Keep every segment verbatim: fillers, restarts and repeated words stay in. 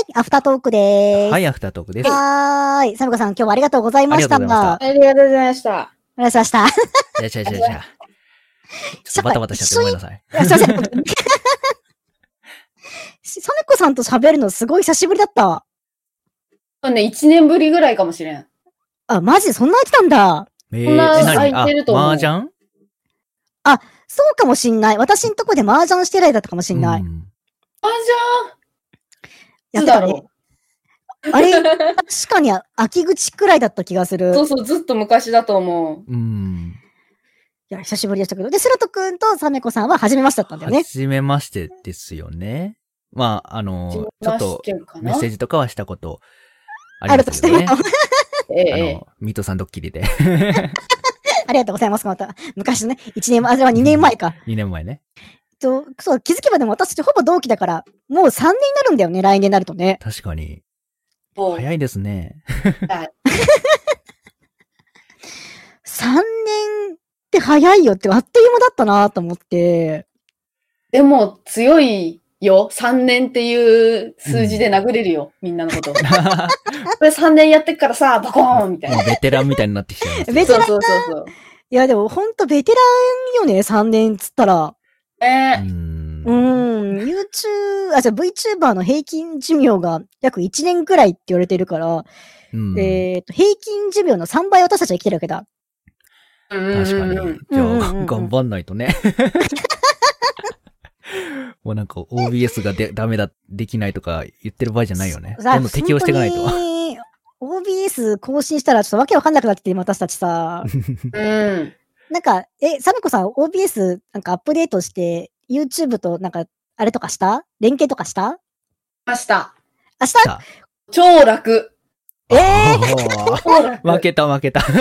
アフタートークでーす。 はい、アフタートークです。 はーい。サムコさん、今日はありがとうございました。 ありがとうございました。 ありがとうございました。 ありがとうございました。 いらっしゃいいらっしゃいいらっしゃい。ちょっとバタバタしちゃってごめんなさい。 いや、すいません。サメコさんと喋るのすごい久しぶりだったわ。 そうね、一年ぶりぐらいかもしれん。 あ、マジでそんな空いてたんだ。 えー、 そんなえ何空いてると思うあ、麻雀あ、そうかもしんない。私んとこで麻雀してる間だったかもしんない。 うんあ、じゃあ、 やってたね。 いつだろあれ、確かに秋口くらいだった気がする。 う。そうそう、ずっと昔だと思う。 うん。 いや、久しぶりでしたけど。で、スラト君とサメコさんは初めましてだったんだよね。 はじめましてですよね。まあ、あの、ちょっとメッセージとかはしたことありますけどね。 あるとしてええ、 あええ。 の、ミートさんドッキリで。 ありがとうございます。また。昔のね、いちねんまえ、あれはにねんまえか。 にねんまえね。 と、そう、気づけばでも私たちほぼ同期だから、もうさんねんになるんだよね、来年になるとね。 確かに。 もう早いですね。 さんねんって早いよって、あっという間だったなと思って。 でも、強いよ。さんねんっていう数字で殴れるよ。みんなのこと。これさんねんやってっからさ、バコーンみたいな。 もうベテランみたいになってきちゃいます。 ベテランそうそうそうそう。 いや、でもほんとベテランよね、さんねんつったら。 うえー、 ん。 うーん、YouTube、あ、じゃあ VTuber の平均寿命が約いちねんくらいって言われてるから、 うんえっと、平均寿命のさんばい私たちは生きてるわけだ。 うん確かに。 うんじゃうんうんうんあ、頑張んないとね。もうなんか オービーエス がでダメだ、できないとか言ってる場合じゃないよね。 さどんどん適応していかないと。 本当に オービーエス 更新したらちょっとわけわかんなくなってて、私たちさ。 うん。 なんか、え、サメコさん オービーエス なんかアップデートして、YouTube となんか、あれとかした連携とかしたました。 明日さ超楽。 ええー超楽。 負けた負けた。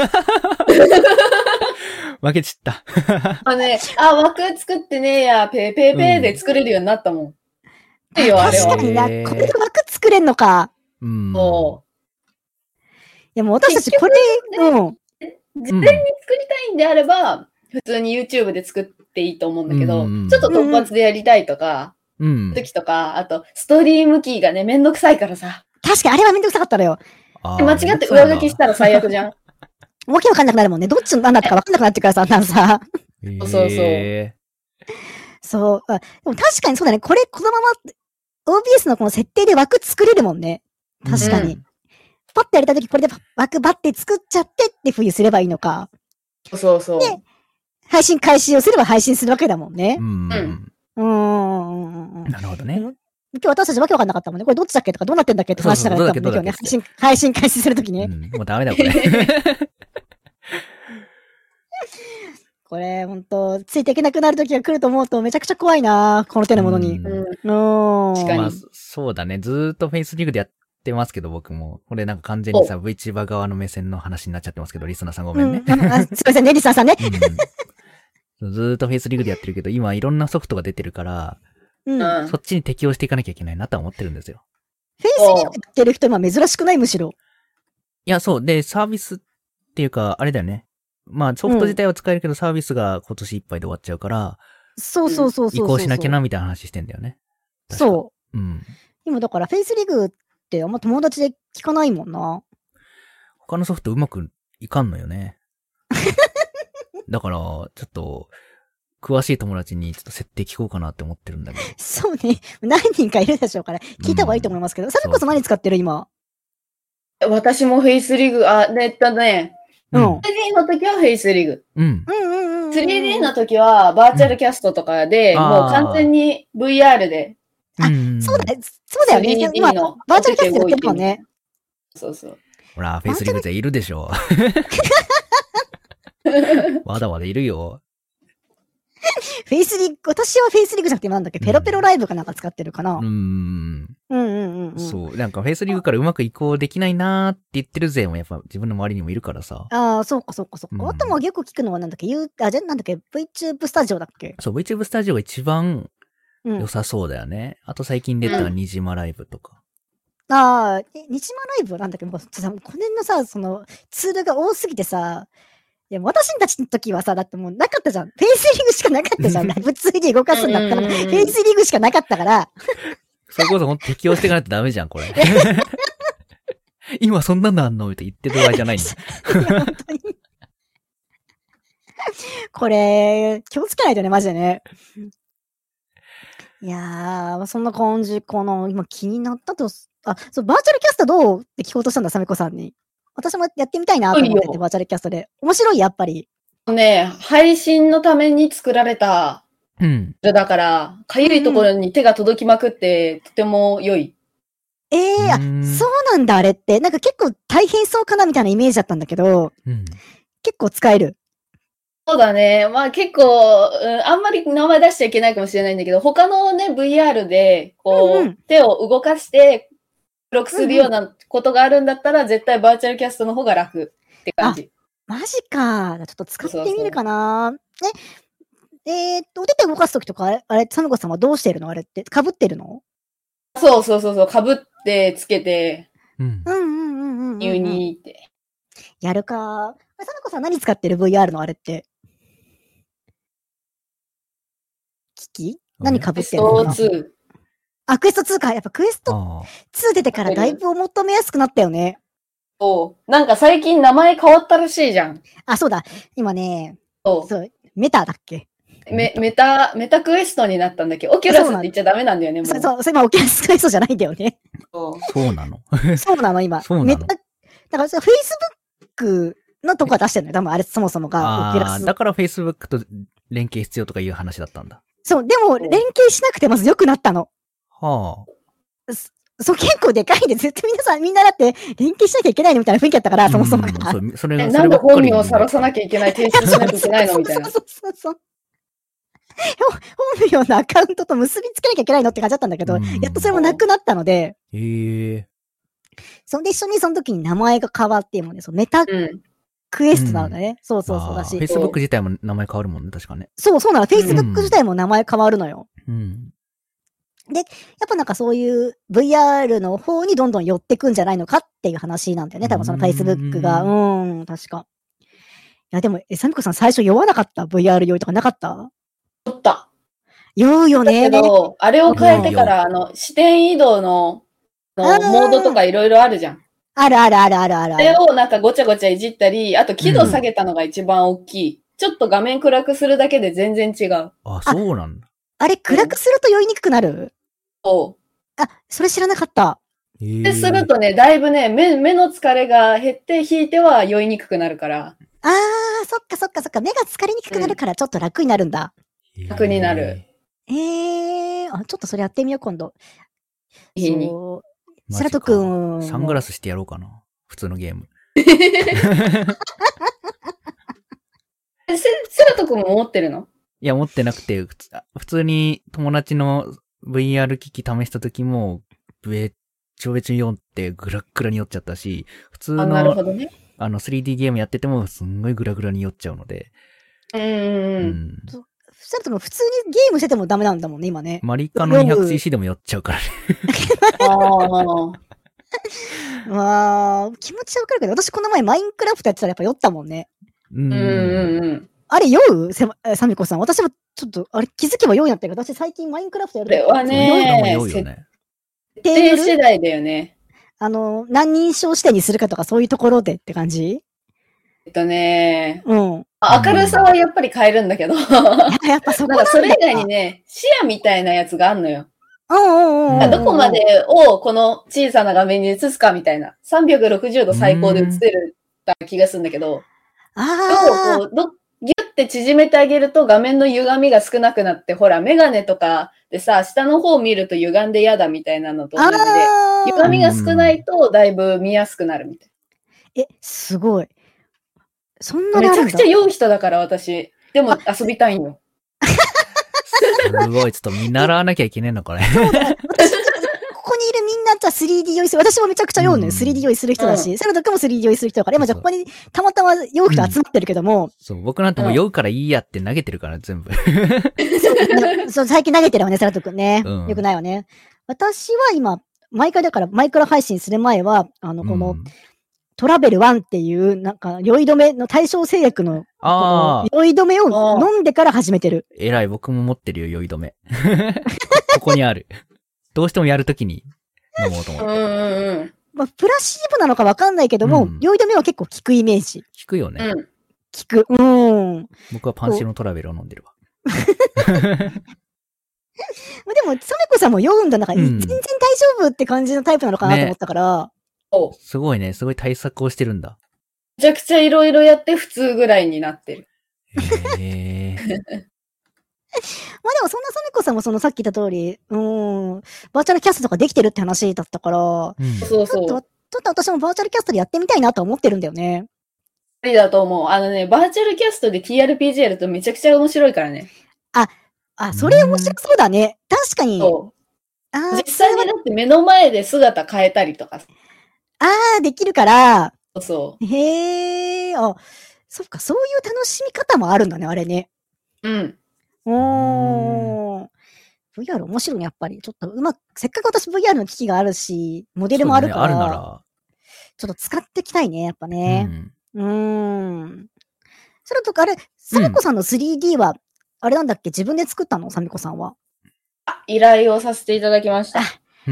負けちった。 あのね、あ、枠作ってねえや、ペーペーペーで作れるようになったもん。いいよ、あれは。 確かにな、 へーこれで枠作れんのか。 うん。 そいやもう私たちこれ、うん。 う。事前に作りたいんであれば、普通に YouTube で作っていいと思うんだけど、 うんちょっと突発でやりたいとか、 うん。 時とか、あと、ストリームキーがね、めんどくさいからさ。 確かにあれはめんどくさかったのよ。 あー間違って上書きしたら最悪じゃん。 わけわかんなくなるもんね。どっちの何だったかわかんなくなってくからさ、なんさ。 そうそうそうへそう。あでも確かにそうだね。これ、このまま、オービーエス のこの設定で枠作れるもんね。確かに。 うパッてやりたいとき、これで枠バッて作っちゃってってふうにすればいいのか。 そうそう。 で配信開始をすれば配信するわけだもんねー。う。ん。 うんうーん。うんうんうんなるほどね。 今日私たちわけわかんなかったもんね。これどっちだっけとかどうなってんだっけって話しながらやったもんね。 そうそう今日ね。配信、配信開始するときね。 うん。もうダメだこれ。 これ、ほんと、ついていけなくなるときが来ると思うとめちゃくちゃ怖いなこの手のものに。 うんうん。 うーん。 確かにまあ、そうだね。ずーっとフェイスリーグでやってますけど、僕も。これなんか完全にさ、VTuber 側の目線の話になっちゃってますけど、リスナーさんごめんね。 うんああすいませんね、リサさんね。 うん、ずーっとフェイスリーグでやってるけど、今いろんなソフトが出てるから、 うん。フェうんそっちに適応していかなきゃいけないなとは思ってるんですよ。 イスリーグやってる人今珍しくないむしろ。 いや、そう。で、サービスっていうか、あれだよね。まあ、ソフト自体は使えるけど、サービスが今年いっぱいで終わっちゃうから、 そうそうそうそうそう。 移行しなきゃなみたいな話してんだよね。 そう。 う。うん。 今だからフェイスリーグってあんま友達で聞かないもんな。 他のソフトうまくいかんのよね。だから、ちょっと、詳しい友達にちょっと設定聞こうかなって思ってるんだけど。 そうね。何人かいるでしょうから、聞いた方がいいと思いますけど。サメこそ何使ってる今。 私もフェイスリグ、あ、えっとね、 うん。 うんスリーディー の時はフェイスリグ。 うん。 うんうんうんうん。 スリーディー の時はバーチャルキャストとかで、 うんもう完全に ブイアール で。 あんそうだね。そうだよね。 スリーディー今、 のバーチャルキャストやってるもんね。 そうそう。 ほら、フェイスリーグ勢いるでしょ。まだまだいるよ。 フェイスリーグ、私はフェイスリーグじゃなくてなんだっけ、ペロペロライブかなんか使ってるかな。 うーん。 うんうんうんうん。 そう。なんかフェイスリーグからうまく移行できないなーって言ってる勢もやっぱ自分の周りにもいるからさ。 ああ、そうかそうかそうか。 うんあともよく聞くのはなんだっけ、ユー、あ、じゃ、なんだっけ、VTube スタジオだっけ。 そう、VTube スタジオが一番うん良。さそうだよね。あと最近出たニジマライブとか。 ああ、え、日島ライブはなんだっけ、もうさ、この辺のさ、その、ツールが多すぎてさ、いや、私たちの時はさ、だってもうなかったじゃん。フェイスリーグしかなかったじゃん。普通に動かすんだったら、 うんうんうんフェイスリーグしかなかったから、 それこそほんと適用していかないとダメじゃん、これ。今そんなのあんのって言ってる場合じゃないんだ。 本当に。これ、気をつけないとね、マジでね。いやー、そんな感じかな。今気になったと、あ、そう、バーチャルキャストどうって聞こうとしたんだ、サメコさんに。私もやってみたいなと思ってて、バーチャルキャストで。面白い、やっぱり。 ね、配信のために作られた、 うん。 だから、かゆいところに手が届きまくって、とても良い。 ええー、あ、そうなんだ、あれって。なんか結構大変そうかなみたいなイメージだったんだけど、 うん、 結構使える。 そうだね。まあ結構、うん、あんまり名前出しちゃいけないかもしれないんだけど、他のね、ブイアール で、こう、うんうん、手を動かして、記録するようなことがあるんだったら、うんうん、絶対バーチャルキャストの方が楽って感じ。 マジか。ちょっと使ってみるかな。そうそうえ、えー、っと、お手手動かすときとか、あれ、あれ、サムコさんはどうしてるのあれって。被ってるのそうそうそうそう、被ってつけて、 うん。 うんうんうんうん。 ニューニーって。 やるか。サムコさん何使ってる ブイアール のあれって。機器何被ってるのクエストツー。 あ、クエストツーか。やっぱクエストツー出てからだいぶお求めやすくなったよね。 そう。なんか最近名前変わったらしいじゃん。 あ、そうだ。今ね。 そう。 そう。メタだっけメ、メタ、メタクエストになったんだっけオキュラスって言っちゃダメなんだよね、もう。 そう、そう、それ今オキュラスクエストじゃないんだよね。 そう。 そうなのそうなの、今。 そうなのメタ、だからそれ、Facebook のとこが出してるのよ。多分あれ、そもそもが、オキュラス。 だから Facebook と連携必要とかいう話だったんだ。 そう、でも、連携しなくてまず良くなったの。 はあ。そう、結構でかいんで、絶対皆さん、みんなだって、連携しなきゃいけないのみたいな雰囲気だったから、そもそもが。 そう、それ、 それなんで本名をさらさなきゃいけない、提出しなきゃいけないのみたいな。 そうそうそう。本名のアカウントと結びつけなきゃいけないのって感じだったんだけど、やっとそれもなくなったので、 へー。 そんで一緒にその時に名前が変わってもね、そうメタクエストなのだね。うん、そうそうそうだし。 Facebook 自体も名前変わるもんね、確かね。 そうそうなの。Facebook 自体も名前変わるのよ。 うん。 で、やっぱなんかそういう ブイアール の方にどんどん寄ってくんじゃないのかっていう話なんだよね。多分その Facebook が。うん、確か。いやでも、え、サミコさん最初酔わなかった ブイアール 酔いとかなかった酔った。 酔うよね。 だけど、あれを変えてから、あの、視点移動の、のモードとかいろいろあるじゃん。 あるあるあるあるある。 あれをなんかごちゃごちゃいじったり、あと輝度下げたのが一番大きい。うん、ちょっと画面暗くするだけで全然違う。 あ、そうなんだ。 あれ暗くすると酔いにくくなる？ そう。 あ、それ知らなかった。 で、するとね、だいぶね、目、目の疲れが減って引いては酔いにくくなるから。 あー、そっかそっかそっか。目が疲れにくくなるからちょっと楽になるんだ。 うん、楽になる。 えー、あ、ちょっとそれやってみよう、今度。 いいに。 セラトくん。 サングラスしてやろうかな。普通のゲーム。 セ, セラトくんも持ってるの？ いや、持ってなくて、普通に友達の ブイアール 機器試した時も、べちょべちょ酔ってグラッグラに酔っちゃったし、普通の、 あ、なるほどね。 あの スリーディー ゲームやっててもすんごいグラグラに酔っちゃうので。 うん。うんセラトくん普通にゲームしててもダメなんだもんね、今ね。 マリカの にひゃくシーシー でも酔っちゃうからね。 ああ。 まあ、気持ちはわかるけど、私この前マインクラフトやってたらやっぱ酔ったもんね。 うんうんうん。 あれ酔うサミコさん。私はちょっと、あれ気づけば酔うやったけど、私最近マインクラフトやると。 これはね、 酔うよね。 設定次第だよね。 あの、何人称指定にするかとかそういうところでって感じ？ えっとね、 うん。 明るさはやっぱり変えるんだけど。 やっぱそこなんだ。 それ以外にね、視野みたいなやつがあんのよ。 うんうんうん。 どこまでをこの小さな画面に映すかみたいな。さんびゃくろくじゅうど最高で映せる気がするんだけど。 ああ。 どうこうどギュッて縮めてあげると画面の歪みが少なくなって、ほら、メガネとかでさ、下の方見ると歪んで嫌だみたいなのと同じで、歪みが少ないとだいぶ見やすくなるみたいな。え、すごい。そんなにめちゃくちゃ酔う人だから私。でも遊びたいんよ。 すごい、ちょっと見習わなきゃいけねえの、これ。 そうだ。私、ここにいるみんなじゃ スリーディー 酔いする。私もめちゃくちゃ酔うのよ。スリーディー 酔いする人だし。セラト君も スリーディー 酔いする人だから、今じゃここにたまたま酔う人集まってるけども。うん、 そう、僕なんてもう酔うからいいやって投げてるから、全部。 そうそう、最近投げてるわね、セラト君ね。うん、よくないよね。私は今、毎回だから、マイクラ配信する前は、あの、この、うんトラベルワンっていう、なんか、酔い止めの対象製薬の、 あ酔い止めを飲んでから始めてる。 えらい、僕も持ってるよ、酔い止め。ここにある。 どうしてもやるときに飲もうと思って。 うんうんうん。 まあ、プラシーボなのかわかんないけども、 うん、 酔い止めは結構効くイメージ。 効くよね。 うん。 効く。うん。 僕はパンシロントラベルを飲んでるわ。 でも、サメコさんも酔うんだ。なんか、 うん、 全然大丈夫って感じのタイプなのかなと思ったから。ね、 すごいね。すごい対策をしてるんだ。 めちゃくちゃいろいろやって普通ぐらいになってる。 へー。 まあでもそんなサメコさんもそのさっき言った通り、うーん、バーチャルキャストとかできてるって話だったから、 うん、 そうそう。 ちょっと、ちょっと私もバーチャルキャストでやってみたいなと思ってるんだよね。 ありだと思う。あのね、バーチャルキャストで ティーアールピージー やるとめちゃくちゃ面白いからね。 あ、あ、それ面白そうだね。確かに。 そう。 あ実際にだって目の前で姿変えたりとか。 ああ、できるから。 そうそう。 へえ、あ、そっか、そういう楽しみ方もあるんだね、あれね。 うん。 おー。ブイアール 面白いね、やっぱり。ちょっとうまく、せっかく私 ブイアール の機器があるし、モデルもあるから。 ね、あるなら。 ちょっと使っていきたいね、やっぱね。うん。うーん。それとか、あれ、サミコさんの スリーディー は、うん、あれなんだっけ、自分で作ったのサミコさんは。 あ、依頼をさせていただきました。 うん。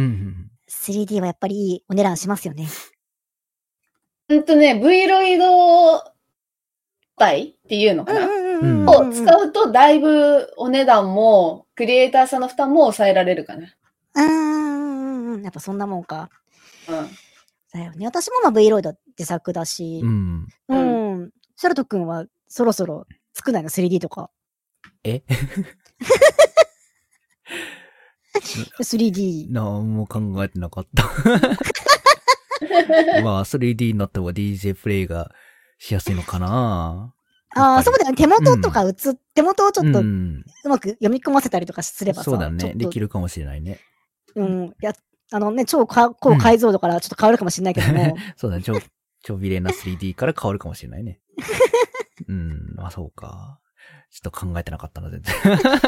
スリーディー はやっぱりいいお値段しますよね。 ほんとね、V ロイド体っていうのかな、を使うとだいぶお値段も、クリエイターさんの負担も抑えられるかな。 うーん、やっぱそんなもんか。 うん。 だよね。私もまあ V ロイド自作だし。 うん。 うん。シャルト君はそろそろ作んないの スリーディー とか。 えスリーディー。 なんも考えてなかった。まあ スリーディー になった方が ディージェー プレイがしやすいのかな。 ああ、そうだよね。手元とか映っ、うん、手元をちょっとうまく読み込ませたりとかすればさ。 そうだね。できるかもしれないね。 うん。や、あのね、超高解像度からちょっと変わるかもしれないけども。 そうだね。超、超美麗な スリーディー から変わるかもしれないね。うん。まあそうか。ちょっと考えてなかったな、全然。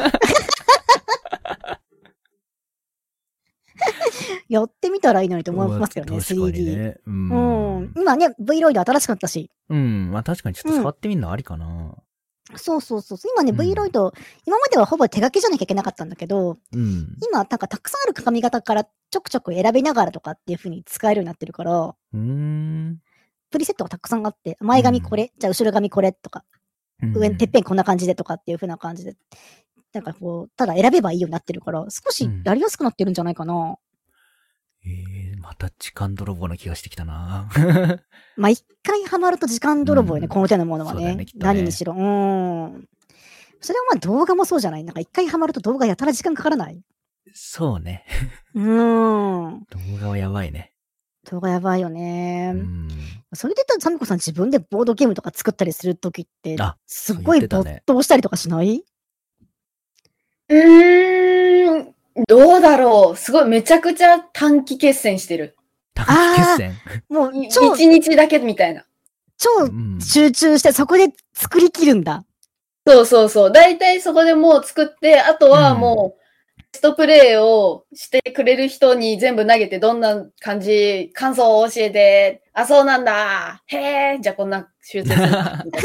やってみたらいいのにと思いますけどね、 ねスリーディー。 ね、うん、 うん。今ね、V ロイド新しかったし。 うん。まあ確かにちょっと触ってみるのありかな。 うん、そうそうそう。今ね、V ロイド、うん、今まではほぼ手書きじゃなきゃいけなかったんだけど、 うん、 今、なんかたくさんある髪型からちょくちょく選びながらとかっていう風に使えるようになってるから、 うーんプリセットがたくさんあって、前髪これ、うん、じゃあ後ろ髪これとか、うん、上のてっぺんこんな感じでとかっていう風な感じで、なんかこう、ただ選べばいいようになってるから、少しやりやすくなってるんじゃないかな。うんええー、また時間泥棒な気がしてきたな。 まあ、一回ハマると時間泥棒よね、うん、この手のものはね。ね何にしろ。うん。それはまあ動画もそうじゃない？なんか一回ハマると動画やたら時間かからない？ そうね。 うーん。 動画はやばいね。 動画やばいよね。 うん。 それで言ったらサミコさん自分でボードゲームとか作ったりするときって、すごい没頭したりとかしない？ うーん。どうだろう。すごい、めちゃくちゃ短期決戦してる。 短期決戦もう、 超、一日だけみたいな。 超集中して、そこで作り切るんだ。 そうそうそう。だいたいそこでもう作って、あとはもう、テストプレイをしてくれる人に全部投げて、どんな感じ、感想を教えて、あ、そうなんだ。へー、じゃあこんな修正する。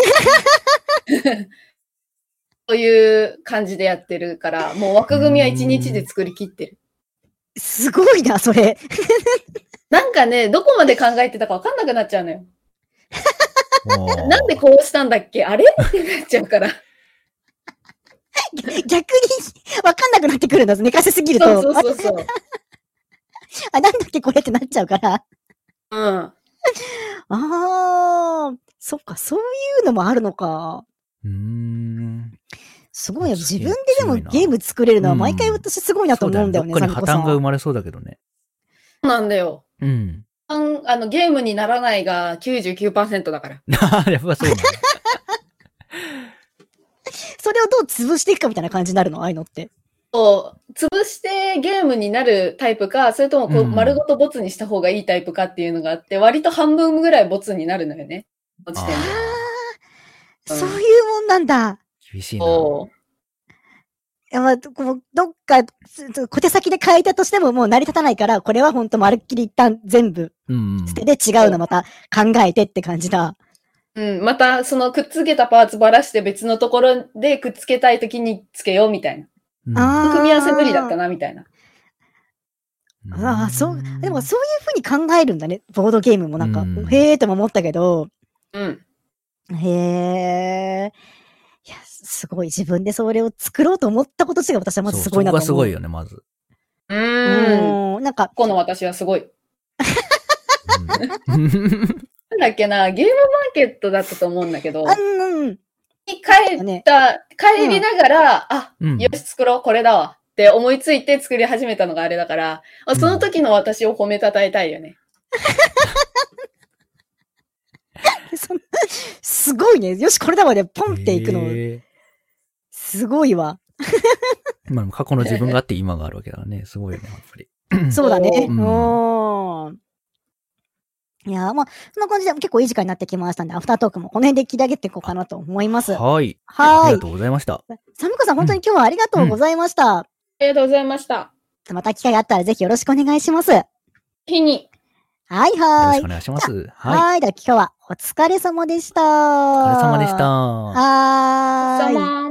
そういう感じでやってるから、もう枠組みは一日で作り切ってる。 すごいな、それ。 なんかね、どこまで考えてたかわかんなくなっちゃうのよ。なんでこうしたんだっけあれってなっちゃうから。 逆にわかんなくなってくるんだ、寝かせすぎると。 そうそうそうそう。 あ、なんだっけこれってなっちゃうから。 うん。ああ、そっか、そういうのもあるのか。 うーん。 すごいよ。自分ででもゲーム作れるのは毎回私すごいなと思うんだよね、 どっかに破綻が生まれそうだけどね。 そうなんだよ。 うん。 あの、ゲームにならないが きゅうじゅうきゅうパーセント だから。 やっぱそうなんだ。 それをどう潰していくかみたいな感じになるの？ああいうのって。 そう。潰してゲームになるタイプか、それともこう、丸ごとボツにした方がいいタイプかっていうのがあって、割と半分ぐらいボツになるのよね。この時点で。 ああ、そういうもんなんだ。 厳しいな。 いやまあ、こうどっか小手先で変えたとしてももう成り立たないから、これは本当まるっきり一旦全部捨てて違うのまた考えてって感じだ。 うん、またそのくっつけたパーツばらして別のところでくっつけたいときにつけようみたいな。うん、組み合わせ無理だったなみたいな。 ああ、そう、でもそういう風に考えるんだね。ボードゲームもなんか、 うんへーとも思ったけど。 うん。 へえ。いや、すごい。自分でそれを作ろうと思ったこと自体が私はまずすごいなと思う。 そう、そこがすごいよね、まず。 うーん。 なんか。 この私はすごい。 うん、 なんだっけな、ゲームマーケットだったと思うんだけど。 あうん。 帰った、帰りながら、あ、うん、よし作ろう、これだわ。って思いついて作り始めたのがあれだから、その時の私を褒めたたえたいよね。 すごいね。よし、これだわで、ポンっていくの。すごいわ。 まあ、過去の自分があって今があるわけだからね。すごいよね、やっぱり。 そうだね。うん。いやー、まあ、そんな感じで結構いい時間になってきましたんで、アフタートークもこの辺で切り上げていこうかなと思います。 はい。 はい。 ありがとうございました。 サミコさん、本当に今日はありがとうございました。うんうん、 ありがとうございました。 また機会があったらぜひよろしくお願いします。 日に。 はいはい。よろしくお願いします。 はい。はい。では今日はお疲れ様でした。 お疲れ様でした。 はーい。 お疲れ様。